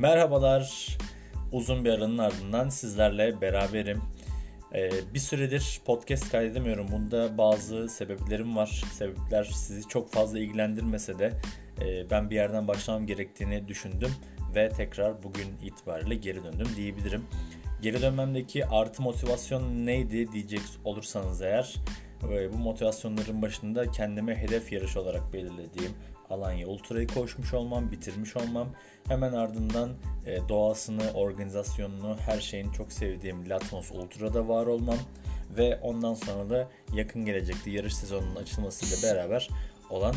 Merhabalar, uzun bir aranın ardından sizlerle beraberim. Bir süredir podcast kaydedemiyorum. Bunda bazı sebeplerim var. Sebepler sizi çok fazla ilgilendirmese de ben bir yerden başlamam gerektiğini düşündüm ve tekrar bugün itibariyle geri döndüm diyebilirim. Geri dönmemdeki artı motivasyon neydi diyecek olursanız eğer, bu motivasyonların başında kendime hedef yarışı olarak belirlediğim Alanya Ultra'yı koşmuş olmam, bitirmiş olmam, hemen ardından doğasını, organizasyonunu, her şeyini çok sevdiğim Latmos Ultra'da var olmam ve ondan sonra da yakın gelecekte yarış sezonunun açılmasıyla beraber olan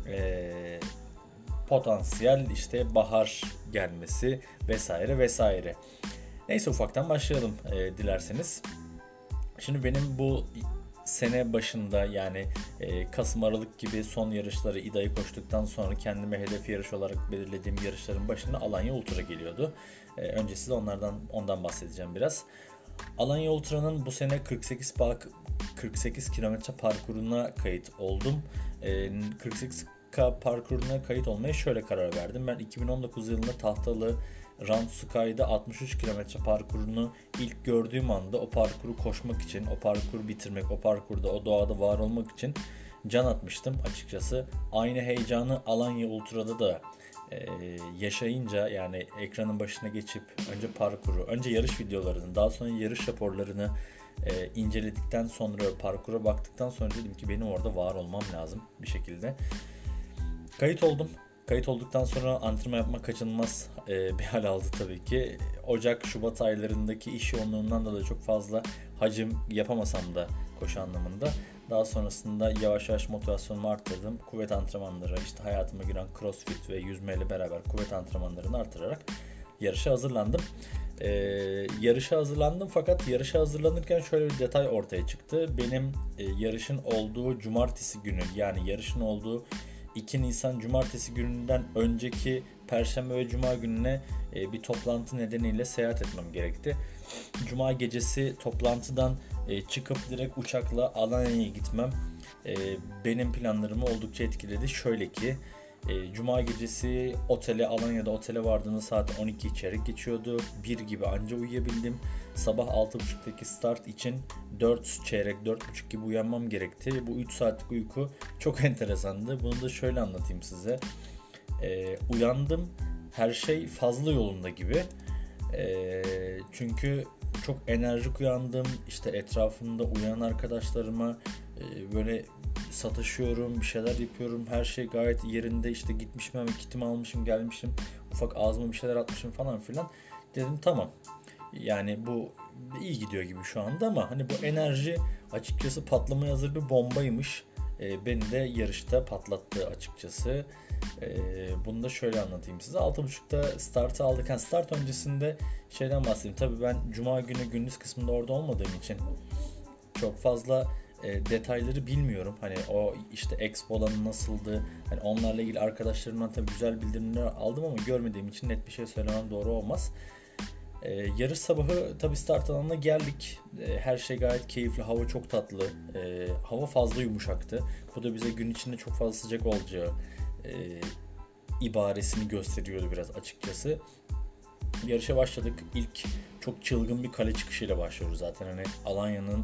potansiyel bahar gelmesi vesaire vesaire. Neyse, ufaktan başlayalım dilerseniz. Şimdi benim bu sene başında yani Kasım-Aralık gibi son yarışları İDA'yı koştuktan sonra kendime hedef yarış olarak belirlediğim yarışların başında Alanya Ultra geliyordu. Önce size ondan bahsedeceğim biraz. Alanya Ultra'nın bu sene 48 kilometre parkuruna kayıt oldum. 48K parkuruna kayıt olmaya şöyle karar verdim. Ben 2019 yılında Tahtalı Round Sky'da 63 kilometre parkurunu ilk gördüğüm anda o parkuru koşmak için, o parkuru bitirmek, o parkurda, o doğada var olmak için can atmıştım açıkçası. Aynı heyecanı Alanya Ultra'da da yaşayınca, yani ekranın başına geçip önce yarış videolarını, daha sonra yarış raporlarını inceledikten sonra, parkura baktıktan sonra dedim ki benim orada var olmam lazım bir şekilde. Kayıt oldum. Kayıt olduktan sonra antrenman yapmak kaçınılmaz bir hal aldı tabii ki. Ocak-Şubat aylarındaki iş yoğunluğundan da çok fazla hacim yapamasam da koşu anlamında. Daha sonrasında yavaş yavaş motivasyonumu arttırdım. Kuvvet antrenmanları, hayatıma giren crossfit ve yüzmeyle beraber kuvvet antrenmanlarını artırarak yarışa hazırlandım. Fakat yarışa hazırlanırken şöyle bir detay ortaya çıktı. Benim yarışın olduğu cumartesi günü, yani yarışın olduğu 2 Nisan Cumartesi gününden önceki Perşembe ve Cuma gününe bir toplantı nedeniyle seyahat etmem gerekti. Cuma gecesi toplantıdan çıkıp direkt uçakla Alanya'ya gitmem benim planlarımı oldukça etkiledi. Şöyle ki Cuma gecesi Alanya'da otele vardığımda saat 12 çeyrek geçiyordu. 1 gibi anca uyuyabildim. Sabah 6.30'daki start için 4 çeyrek, 4.30 gibi uyanmam gerekti. Bu 3 saatlik uyku çok enteresandı. Bunu da şöyle anlatayım size. Uyandım, her şey fazla yolunda gibi. Çünkü çok enerjik uyandım. Etrafımda uyanan arkadaşlarıma böyle sataşıyorum, bir şeyler yapıyorum. Her şey gayet yerinde. Gitmişim, hemen kitimi almışım, gelmişim. Ufak ağzıma bir şeyler atmışım falan filan. Dedim tamam. Yani bu iyi gidiyor gibi şu anda, ama bu enerji açıkçası patlamaya hazır bir bombaymış. Beni de yarışta patlattı açıkçası. Bunu da şöyle anlatayım size. 6.30'da startı aldık. Start öncesinde şeyden bahsedeyim. Tabii ben Cuma günü gündüz kısmında orada olmadığım için çok fazla detayları bilmiyorum. O expo alanı nasıldı? Onlarla ilgili arkadaşlarımdan tabii güzel bildirimler aldım ama görmediğim için net bir şey söylemem doğru olmaz. Yarış sabahı tabii start alanına geldik. Her şey gayet keyifli. Hava çok tatlı. Hava fazla yumuşaktı. Bu da bize gün içinde çok fazla sıcak olacağı ibaresini gösteriyordu biraz açıkçası. Yarışa başladık. İlk çok çılgın bir kale çıkışıyla başlıyoruz zaten. Alanya'nın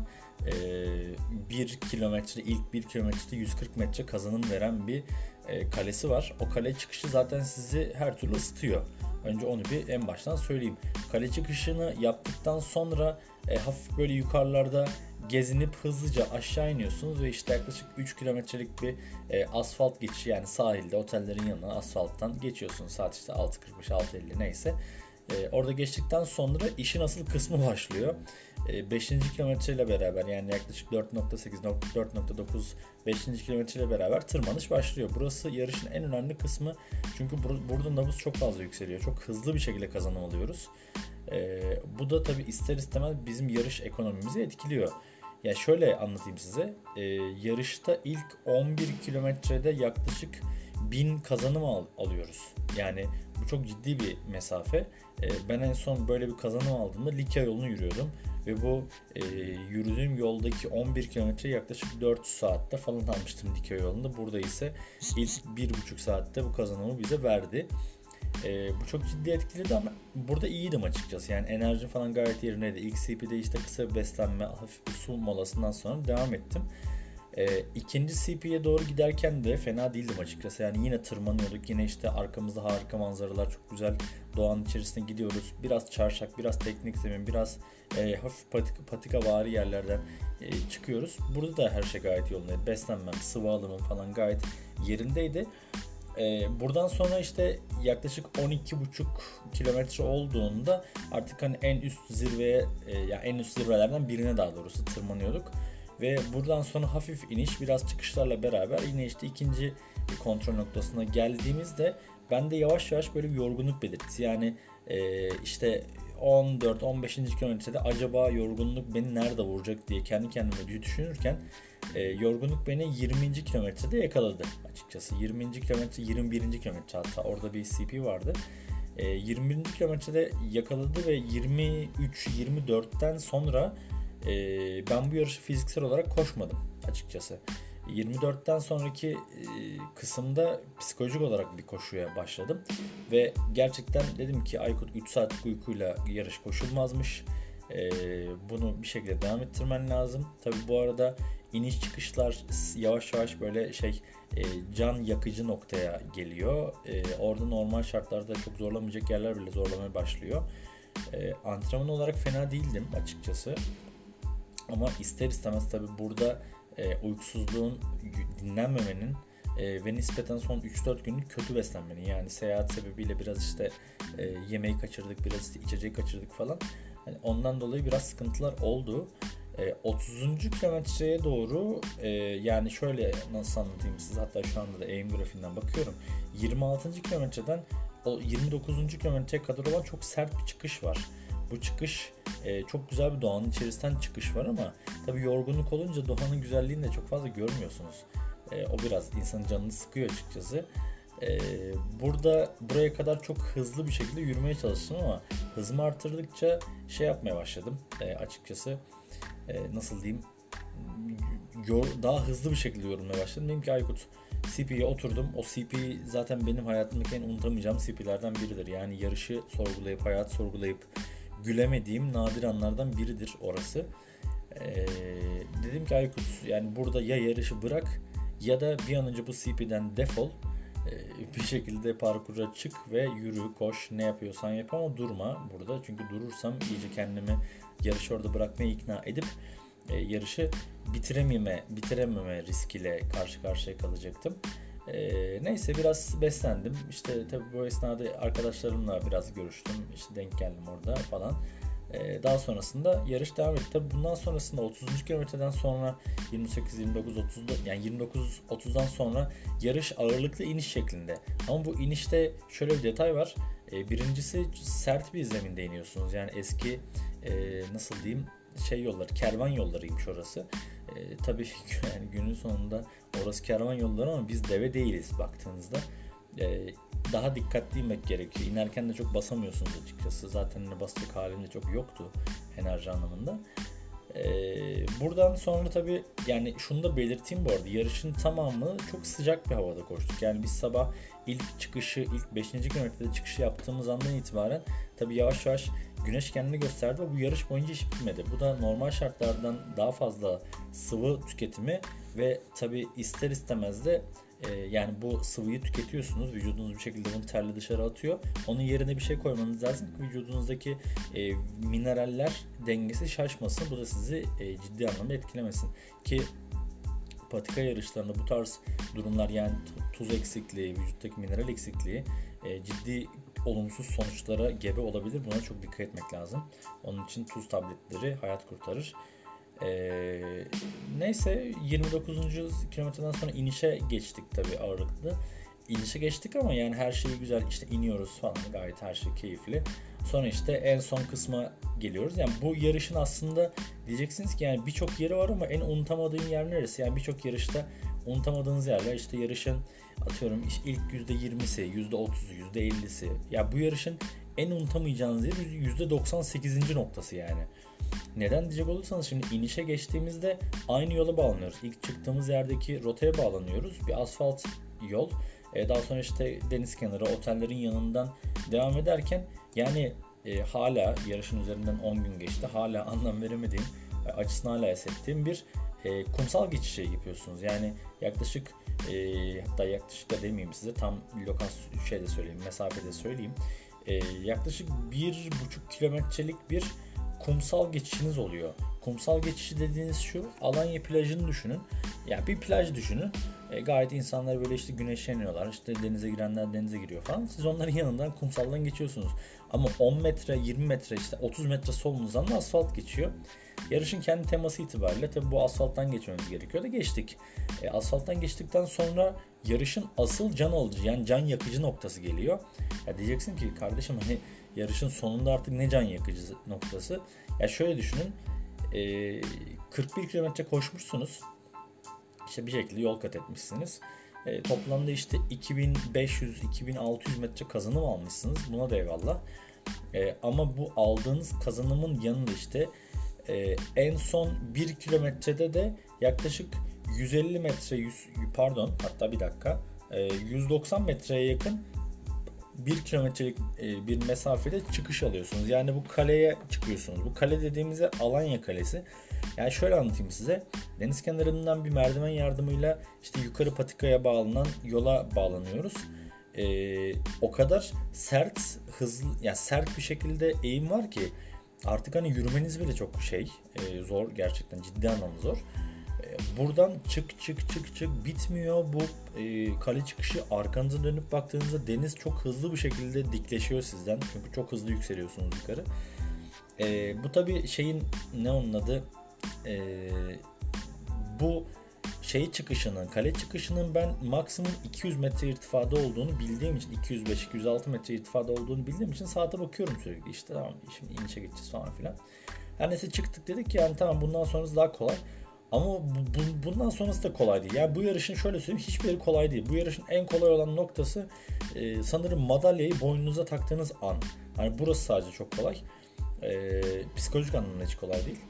ilk 1 kilometrede 140 metre kazanım veren bir kalesi var. O kale çıkışı zaten sizi her türlü ısıtıyor. Önce onu bir en baştan söyleyeyim. Kale çıkışını yaptıktan sonra hafif böyle yukarılarda gezinip hızlıca aşağı iniyorsunuz ve yaklaşık 3 kilometrelik bir asfalt geçişi, yani sahilde otellerin yanına asfalttan geçiyorsunuz. Saat 6.45, 6.50 neyse. Orada geçtikten sonra işin asıl kısmı başlıyor. 5. kilometre ile beraber, yani yaklaşık 4.8, 4.9 5. kilometre ile beraber tırmanış başlıyor. Burası yarışın en önemli kısmı. Çünkü burada nabız çok fazla yükseliyor. Çok hızlı bir şekilde kazanım alıyoruz. Bu da tabii ister istemez bizim yarış ekonomimizi etkiliyor. Ya şöyle anlatayım size. Yarışta ilk 11 kilometrede yaklaşık 1000 kazanım alıyoruz. Yani bu çok ciddi bir mesafe. Ben en son böyle bir kazanım aldığımda Likya yolunu yürüyordum. Ve bu yürüdüğüm yoldaki 11 kilometre yaklaşık 4 saatte falan almıştım Likya yolunda. Burada ise ilk 1,5 saatte bu kazanımı bize verdi. Bu çok ciddi etkiledi ama burada iyiydim açıkçası. Yani enerji falan gayet yerindeydi. İlk CP'de işte kısa bir beslenme, hafif bir su molasından sonra devam ettim. İkinci CP'ye doğru giderken de fena değildim açıkçası. Yani yine tırmanıyorduk. Yine işte arkamızda harika manzaralar, çok güzel doğanın içerisine gidiyoruz. Biraz çarşak, biraz teknik zemin, biraz hafif patikavari yerlerden çıkıyoruz. Burada da her şey gayet yolundaydı. Beslenmem, sıvı alımım falan gayet yerindeydi. Buradan sonra işte yaklaşık 12,5 kilometre olduğunda artık hani en üst zirveye, ya en üst zirvelerden birine daha doğrusu tırmanıyorduk. Ve buradan sonra hafif iniş, biraz çıkışlarla beraber yine işte ikinci kontrol noktasına geldiğimizde bende yavaş yavaş böyle bir yorgunluk belirtisi. Yani işte 14-15. kilometrede acaba yorgunluk beni nerede vuracak diye kendi kendime düşünürken yorgunluk beni 20. kilometrede yakaladı açıkçası. 20. kilometre, 21. kilometre, hatta orada bir CP vardı. 20. kilometrede yakaladı ve 23-24'ten sonra ben bu yarışı fiziksel olarak koşmadım açıkçası. 24'ten sonraki kısımda psikolojik olarak bir koşuya başladım. Ve gerçekten dedim ki Aykut, 3 saatlik uykuyla yarış koşulmazmış. Bunu bir şekilde devam ettirmen lazım. Tabi bu arada iniş çıkışlar yavaş yavaş böyle can yakıcı noktaya geliyor. Orada normal şartlarda çok zorlamayacak yerler bile zorlamaya başlıyor. Antrenman olarak fena değildim açıkçası. Ama ister istemez tabi burada uykusuzluğun, dinlenmemenin ve nispeten son 3-4 günlük kötü beslenmenin, yani seyahat sebebiyle biraz işte yemeği kaçırdık, biraz işte içeceği kaçırdık falan. Yani ondan dolayı biraz sıkıntılar oldu. 30. kilometreye doğru yani şöyle nasıl anlatayım size, hatta şu anda da eğim grafiğinden bakıyorum. 26. kilometreden o 29. kilometreye kadar olan çok sert bir çıkış var. Bu çıkış çok güzel bir doğanın içerisinden çıkış var ama tabii yorgunluk olunca doğanın güzelliğini de çok fazla görmüyorsunuz. O biraz insanın canını sıkıyor açıkçası. Buraya kadar çok hızlı bir şekilde yürümeye çalıştım ama hızımı artırdıkça yapmaya başladım açıkçası. Nasıl diyeyim, daha hızlı bir şekilde yorulmaya başladım. Dedim ki Aykut, CP'ye oturdum. O CP zaten benim hayatımdaki en unutamayacağım CP'lerden biridir. Yani yarışı sorgulayıp, hayatı sorgulayıp gülemediğim nadir anlardan biridir orası. Dedim ki Aykut, yani burada ya yarışı bırak ya da bir an önce bu CP'den defol. Bir şekilde parkura çık ve yürü, koş, ne yapıyorsan yap ama durma burada. Çünkü durursam iyice kendimi yarışı orada bırakmaya ikna edip yarışı bitirememe riskiyle karşı karşıya kalacaktım. Neyse biraz beslendim. İşte tabii bu esnada arkadaşlarımla biraz görüştüm. İşte denk geldim orada falan. Daha sonrasında yarış devam etti. Tabii bundan sonrasında 30. kilometreden sonra 28, 29, 30'da, yani 29, 30'dan sonra yarış ağırlıklı iniş şeklinde. Ama bu inişte şöyle bir detay var. Birincisi sert bir zeminde iniyorsunuz. Yani eski nasıl diyeyim, yolları, kervan yollarıymış orası. Tabii yani günün sonunda orası kervan yolları ama biz deve değiliz baktığınızda. Daha dikkatli inmek gerekiyor. İnerken de çok basamıyorsunuz açıkçası. Zaten basacak halim de çok yoktu enerji anlamında. Buradan sonra tabii yani şunu da belirteyim bu arada. Yarışın tamamı çok sıcak bir havada koştuk. Yani biz sabah ilk 5. kilometrede çıkışı yaptığımız andan itibaren tabii yavaş yavaş güneş kendini gösterdi ve bu yarış boyunca hiç bitmedi. Bu da normal şartlardan daha fazla sıvı tüketimi ve tabii ister istemez de yani bu sıvıyı tüketiyorsunuz. Vücudunuz bir şekilde bunu terle dışarı atıyor. Onun yerine bir şey koymanız lazım ki vücudunuzdaki mineraller dengesi şaşmasın. Bu da sizi ciddi anlamda etkilemesin. Ki patika yarışlarında bu tarz durumlar, yani tuz eksikliği, vücuttaki mineral eksikliği ciddi olumsuz sonuçlara gebe olabilir. Buna çok dikkat etmek lazım. Onun için tuz tabletleri hayat kurtarır. Neyse 29. kilometreden sonra inişe geçtik tabii ağırlıklı. İnişe geçtik ama yani her şey güzel, işte iniyoruz falan, gayet her şey keyifli. Sonra işte en son kısma geliyoruz. Yani bu yarışın aslında diyeceksiniz ki yani birçok yeri var ama en unutamadığın yer neresi? Yani birçok yarışta unutamadığınız yerler, işte yarışın atıyorum ilk %20'si, %30'u, %50'si. Ya bu yarışın en unutamayacağınız yer %98. noktası yani. Neden diyecek olursanız, şimdi inişe geçtiğimizde aynı yola bağlanıyoruz. İlk çıktığımız yerdeki rotaya bağlanıyoruz. Bir asfalt yol. Daha sonra işte deniz kenarı, otellerin yanından devam ederken yani hala yarışın üzerinden 10 gün geçti. Hala anlam veremediğim, acısını hala hissettiğim bir kumsal geçişi yapıyorsunuz. Yani yaklaşık hatta yaklaşık da demeyeyim size, tam lokasyon şeyde söyleyeyim, mesafede söyleyeyim. Yaklaşık 1,5 kilometrelik bir kumsal geçişiniz oluyor. Kumsal geçişi dediğiniz şu, Alanya plajını düşünün. Yani bir plaj düşünün. Gayet insanlar böyle işte güneşleniyorlar. İşte denize girenler denize giriyor falan. Siz onların yanından, kumsaldan geçiyorsunuz. Ama 10 metre, 20 metre, işte 30 metre solunuzdan da asfalt geçiyor. Yarışın kendi teması itibariyle tabii bu asfalttan geçmemiz gerekiyor da geçtik. Asfalttan geçtikten sonra yarışın asıl can alıcı, yani can yakıcı noktası geliyor. Ya diyeceksin ki kardeşim, hani yarışın sonunda artık ne can yakıcı noktası? Ya şöyle düşünün. 41 kilometre koşmuşsunuz. İşte bir şekilde yol kat etmişsiniz. Toplamda işte 2500-2600 metre kazanım almışsınız. Buna da eyvallah. Ama bu aldığınız kazanımın yanında işte en son 1 kilometrede de yaklaşık 150 metre, hatta bir dakika, 190 metreye yakın 1 kilometrelik bir mesafede çıkış alıyorsunuz. Yani bu kaleye çıkıyorsunuz. Bu kale dediğimizde Alanya Kalesi. Yani şöyle anlatayım size. Deniz kenarından bir merdiven yardımıyla işte yukarı patikaya bağlanan yola bağlanıyoruz. O kadar sert, hızlı, yani sert bir şekilde eğim var ki artık hani yürümeniz bile çok zor, gerçekten ciddi anlamda zor. Buradan çık bitmiyor bu kale çıkışı. Arkanıza dönüp baktığınızda deniz çok hızlı bir şekilde dikleşiyor sizden. Çünkü çok hızlı yükseliyorsunuz yukarı. Bu tabii şeyin, ne onun adı, bu kale çıkışının ben maksimum 200 metre irtifada olduğunu bildiğim için, 205-206 metre irtifada olduğunu bildiğim için saate bakıyorum sürekli, işte tamam şimdi inişe geçeceğiz falan filan. Her neyse çıktık, dedik ki yani tamam, bundan sonrası daha kolay. Ama bundan sonrası da kolay değil. Yani bu yarışın, şöyle söyleyeyim, hiçbir yeri kolay değil. Bu yarışın en kolay olan noktası sanırım madalyayı boynunuza taktığınız an. Hani burası sadece çok kolay. Psikolojik anlamda hiç kolay değil.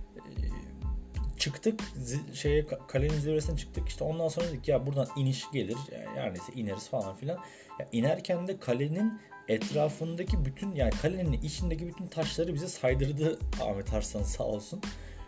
Çıktık kalenin zirvesine çıktık. İşte ondan sonra dedik ya buradan iniş gelir. Yani neyse ineriz falan filan. Ya inerken de kalenin etrafındaki bütün, yani kalenin içindeki bütün taşları bize saydırdı Ahmet Arslan, sağ olsun.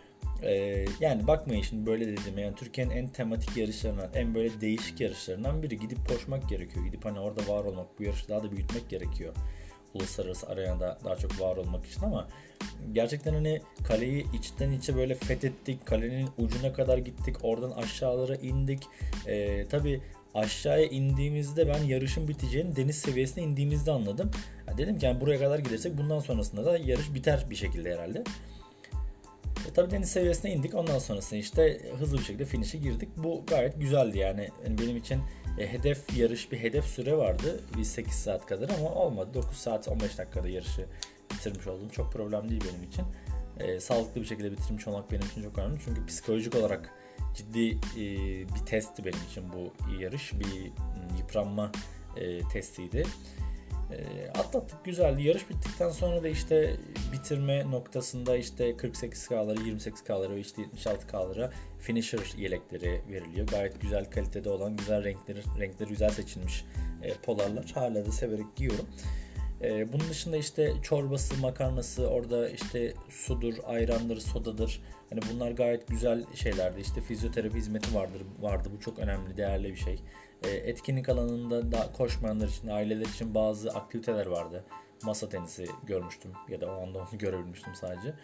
Yani bakmayın şimdi böyle dedim, yani Türkiye'nin en tematik yarışlarından, en böyle değişik yarışlarından biri. Gidip koşmak gerekiyor. Gidip hani orada var olmak, bu yarışı daha da büyütmek gerekiyor. Uluslararası arenada daha çok var olmak için. Ama gerçekten hani kaleyi içten içe böyle fethettik. Kalenin ucuna kadar gittik. Oradan aşağılara indik. Tabii aşağıya indiğimizde ben yarışın biteceğini deniz seviyesine indiğimizde anladım. Dedim ki yani buraya kadar gidersek bundan sonrasında da yarış biter bir şekilde herhalde. Tabii deniz seviyesine indik. Ondan sonrasında işte hızlı bir şekilde finish'e girdik. Bu gayet güzeldi yani. Benim için bir hedef süre vardı. Bir 8 saat kadar ama olmadı. 9 saat 15 dakikada yarışı bitirmiş oldum. Çok problem değil benim için. Sağlıklı bir şekilde bitirmiş olmak benim için çok önemli. Çünkü psikolojik olarak ciddi bir testti benim için bu yarış. Bir yıpranma testiydi. Atlattık, güzeldi. Yarış bittikten sonra da işte bitirme noktasında işte 48K'ları, 28K'ları ve işte 76K'lara finisher yelekleri veriliyor. Gayet güzel kalitede olan, güzel renkleri güzel seçilmiş polarlar. Hala da severek giyiyorum. Bunun dışında işte çorbası, makarnası, orada işte sudur, ayrandır, sodadır. Hani bunlar gayet güzel şeylerdi. İşte fizyoterapi hizmeti vardı. Bu çok önemli, değerli bir şey. Etkinlik alanında da koşmayanlar için, aileler için bazı aktiviteler vardı. Masa tenisi görmüştüm ya da o anda onu görebilmiştim sadece.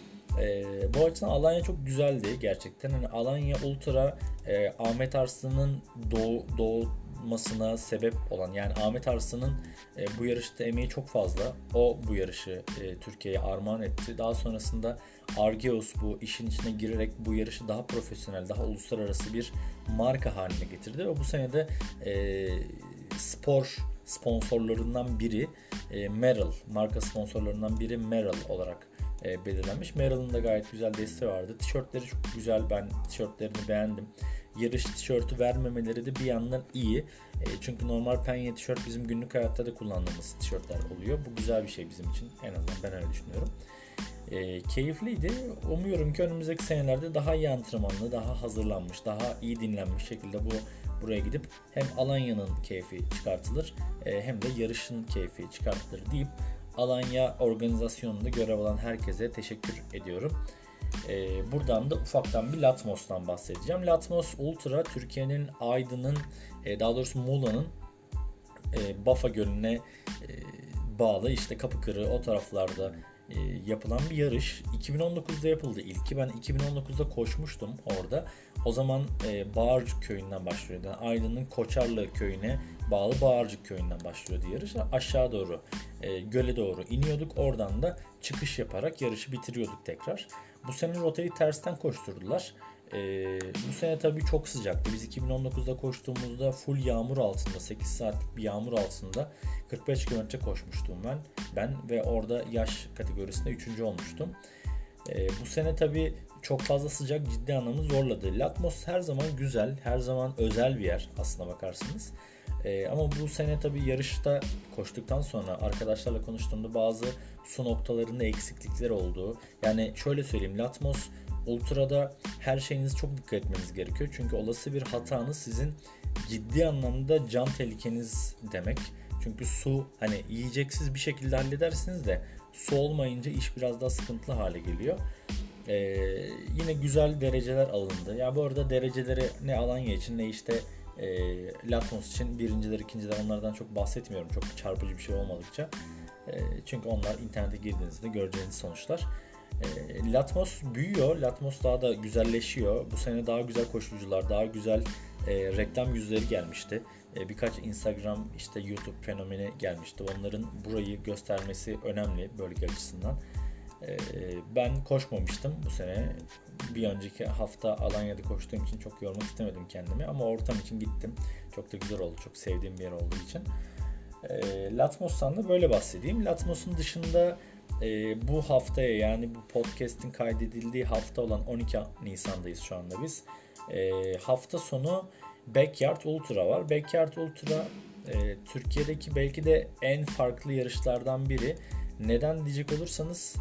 Bu açıdan Alanya çok güzeldi gerçekten. Hani Alanya Ultra Ahmet Arslan'ın doğmasına sebep olan, yani Ahmet Arslan'ın bu yarışta emeği çok fazla. O bu yarışı Türkiye'ye armağan etti. Daha sonrasında Argeos bu işin içine girerek bu yarışı daha profesyonel, daha uluslararası bir marka haline getirdi ve bu sene de spor sponsorlarından biri Merrell, marka sponsorlarından biri Merrell olarak belirlenmiş. Merrell'ın da gayet güzel desteği vardı. Tişörtleri çok güzel. Ben tişörtlerini beğendim. Yarış tişörtü vermemeleri de bir yandan iyi. Çünkü normal penye tişört bizim günlük hayatta da kullandığımız tişörtler oluyor. Bu güzel bir şey bizim için. En azından ben öyle düşünüyorum. Keyifliydi. Umuyorum ki önümüzdeki senelerde daha iyi antrenmanlı, daha hazırlanmış, daha iyi dinlenmiş şekilde bu Buraya gidip hem Alanya'nın keyfi çıkartılır hem de yarışın keyfi çıkartılır deyip Alanya organizasyonunda görev alan herkese teşekkür ediyorum. Buradan da ufaktan bir Latmos'tan bahsedeceğim. Latmos Ultra Türkiye'nin Aydın'ın daha doğrusu Muğla'nın Bafa Gölü'ne bağlı işte Kapıkırı o taraflarda yapılan bir yarış. 2019'da yapıldı ilki. Ben 2019'da koşmuştum orada. O zaman Bağırcık köyünden başlıyordu. Yani Aydın'ın Koçarlı köyüne bağlı Bağırcık köyünden başlıyordu yarış. Aşağı doğru göle doğru iniyorduk. Oradan da çıkış yaparak yarışı bitiriyorduk tekrar. Bu sene rotayı tersten koşturdular. Bu sene tabii çok sıcaktı. Biz 2019'da koştuğumuzda full yağmur altında 8 saatlik bir yağmur altında 45 kilometre koşmuştum ben ve orada yaş kategorisinde 3. olmuştum. Bu sene tabii çok fazla sıcak ciddi anlamda zorladı. Latmos her zaman güzel, her zaman özel bir yer aslına bakarsınız. Ama bu sene tabii yarışta koştuktan sonra arkadaşlarla konuştuğumda bazı su noktalarında eksiklikler oldu. Yani şöyle söyleyeyim, Latmos Ultra'da her şeyinizi çok dikkat etmeniz gerekiyor. Çünkü olası bir hatanız sizin ciddi anlamda can tehlikeniz demek. Çünkü su hani yiyeceksiz bir şekilde halledersiniz de su olmayınca iş biraz daha sıkıntılı hale geliyor. Yine güzel dereceler alındı. Ya bu arada dereceleri ne Alanya için ne işte Latmos için birinciler, ikinciler onlardan çok bahsetmiyorum. Çok çarpıcı bir şey olmadıkça. Çünkü onlar internete girdiğinizde göreceğiniz sonuçlar. Latmos büyüyor. Latmos daha da güzelleşiyor. Bu sene daha güzel koşucular, daha güzel reklam yüzleri gelmişti. Birkaç Instagram, işte YouTube fenomeni gelmişti. Onların burayı göstermesi önemli bölge açısından. Ben koşmamıştım bu sene. Bir önceki hafta Alanya'da koştuğum için çok yormak istemedim kendimi. Ama ortam için gittim. Çok da güzel oldu. Çok sevdiğim bir yer olduğu için. Latmos'tan da böyle bahsedeyim. Latmos'un dışında bu haftaya, yani bu podcast'in kaydedildiği hafta olan 12 Nisan'dayız şu anda biz. Hafta sonu Backyard Ultra var. Backyard Ultra Türkiye'deki belki de en farklı yarışlardan biri. Neden diyecek olursanız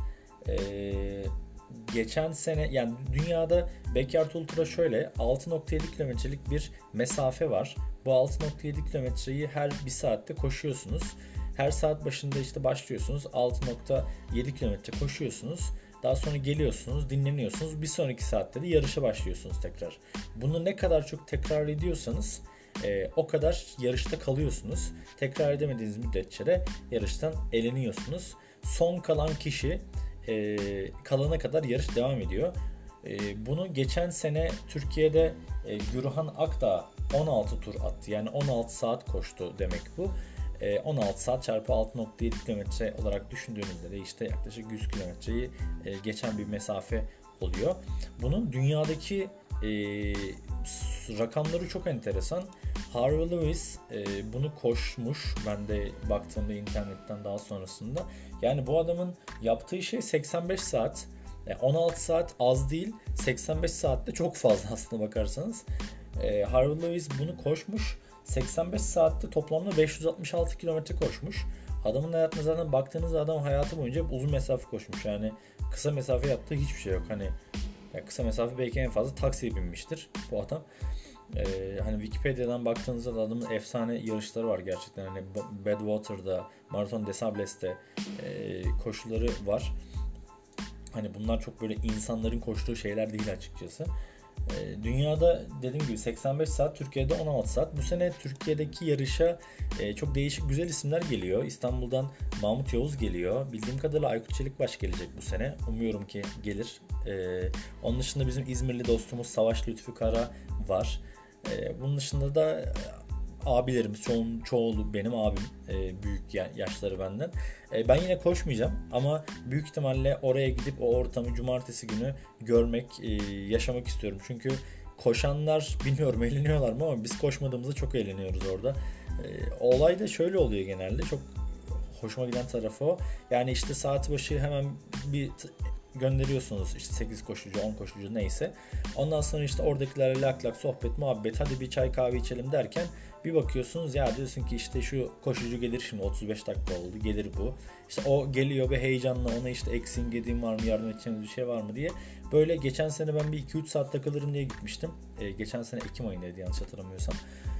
geçen sene, yani dünyada Backyard Ultra şöyle 6.7 kilometrelik bir mesafe var. Bu 6.7 kilometreyi her bir saatte koşuyorsunuz. Her saat başında işte başlıyorsunuz. 6.7 kilometre koşuyorsunuz. Daha sonra geliyorsunuz, dinleniyorsunuz. Bir sonraki saatte de yarışa başlıyorsunuz tekrar. Bunu ne kadar çok tekrar ediyorsanız o kadar yarışta kalıyorsunuz. Tekrar edemediğiniz müddetçe de yarıştan eleniyorsunuz. Son kalan kişi kalana kadar yarış devam ediyor. Bunu geçen sene Türkiye'de Gürhan Akdağ 16 tur attı. Yani 16 saat koştu demek bu. 16 saat çarpı 6.7 kilometre olarak düşündüğünüzde de işte yaklaşık 100 kilometreyi geçen bir mesafe oluyor. Bunun dünyadaki rakamları çok enteresan. Harvey Lewis bunu koşmuş. Ben de baktığımda internetten daha sonrasında. Yani bu adamın yaptığı şey 85 saat. 16 saat az değil. 85 saat de çok fazla aslına bakarsanız. Harvey Lewis bunu koşmuş. 85 saatte toplamda 566 kilometre koşmuş. Adamın hayatına zaten baktığınızda adam hayatı boyunca uzun mesafe koşmuş. Yani kısa mesafe yaptığı hiçbir şey yok. Hani kısa mesafe belki en fazla taksiye binmiştir bu adam. Hani Wikipedia'dan baktığınızda da adamın efsane yarışları var gerçekten. Hani Badwater'da, Marathon des Sables'te koşuları var. Hani bunlar çok böyle insanların koştuğu şeyler değil açıkçası. Dünyada dediğim gibi 85 saat, Türkiye'de 16 saat. Bu sene Türkiye'deki yarışa çok değişik güzel isimler geliyor. İstanbul'dan Mahmut Yavuz geliyor. Bildiğim kadarıyla Aykut Çelikbaş gelecek bu sene. Umuyorum ki gelir. Onun dışında bizim İzmirli dostumuz Savaş Lütfü Kara var. Bunun dışında da abilerimiz, çoğu benim abim, büyük yaşları benden. Ben yine koşmayacağım ama büyük ihtimalle oraya gidip o ortamı cumartesi günü görmek, yaşamak istiyorum. Çünkü koşanlar bilmiyorum eğleniyorlar mı ama biz koşmadığımızda çok eğleniyoruz orada. Olay da şöyle oluyor genelde, çok hoşuma giden tarafı o. Yani işte saat başı hemen bir gönderiyorsunuz, işte 8 koşucu 10 koşucu neyse. Ondan sonra işte oradakilerle lak lak sohbet muhabbet, hadi bir çay kahve içelim derken bir bakıyorsunuz ya, diyorsun ki işte şu koşucu gelir şimdi, 35 dakika oldu, gelir bu. İşte o geliyor ve heyecanla ona işte eksiğin gediğin var mı, yardım edeceğiniz bir şey var mı diye Böyle geçen sene ben bir 2-3 saat takılırım diye gitmiştim. Geçen sene Ekim ayındaydı yanlış hatırlamıyorsam.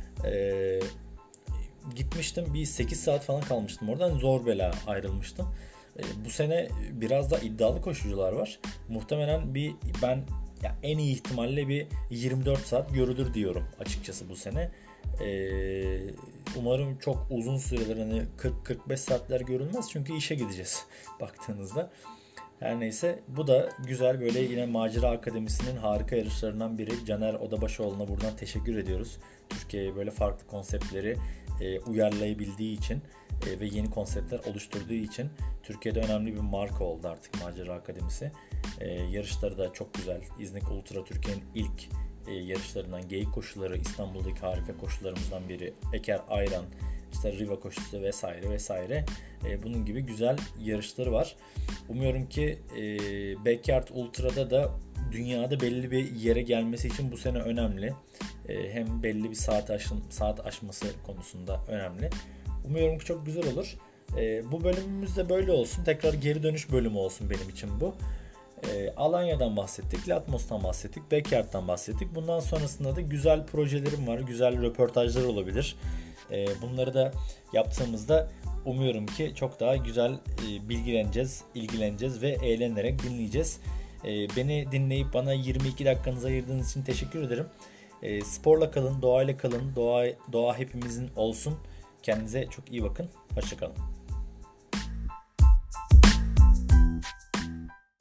Gitmiştim, bir 8 saat falan kalmıştım oradan, zor bela ayrılmıştım. Bu sene biraz da iddialı koşucular var. Muhtemelen ben ya en iyi ihtimalle bir 24 saat görülür diyorum açıkçası bu sene. Umarım çok uzun süreler, hani 40-45 saatler görülmez çünkü işe gideceğiz baktığınızda. Her neyse, bu da güzel, böyle yine Macera Akademisi'nin harika yarışlarından biri. Caner Odabaşoğlu'na buradan teşekkür ediyoruz. Türkiye'ye böyle farklı konseptleri uyarlayabildiği için ve yeni konseptler oluşturduğu için Türkiye'de önemli bir marka oldu artık Macera Akademisi. Yarışları da çok güzel. İznik Ultra Türkiye'nin ilk yarışlarından, geyik koşuları, İstanbul'daki harika koşularımızdan biri. Eker Ayran, işte Riva koşusu vesaire vesaire. Bunun gibi güzel yarışları var. Umuyorum ki Backyard Ultra'da da dünyada belli bir yere gelmesi için bu sene önemli. Hem belli bir saat aşması konusunda önemli. Umuyorum ki çok güzel olur. Bu bölümümüz de böyle olsun. Tekrar geri dönüş bölümü olsun benim için bu. Alanya'dan bahsettik, Latmos'tan bahsettik, Backyard'dan bahsettik. Bundan sonrasında da güzel projelerim var, güzel röportajlar olabilir. Bunları da yaptığımızda umuyorum ki çok daha güzel bilgileneceğiz, ilgileneceğiz ve eğlenerek dinleyeceğiz. Beni dinleyip bana 22 dakikanızı ayırdığınız için teşekkür ederim. Sporla kalın, doğayla kalın, doğa hepimizin olsun. Kendinize çok iyi bakın. Hoşça kalın.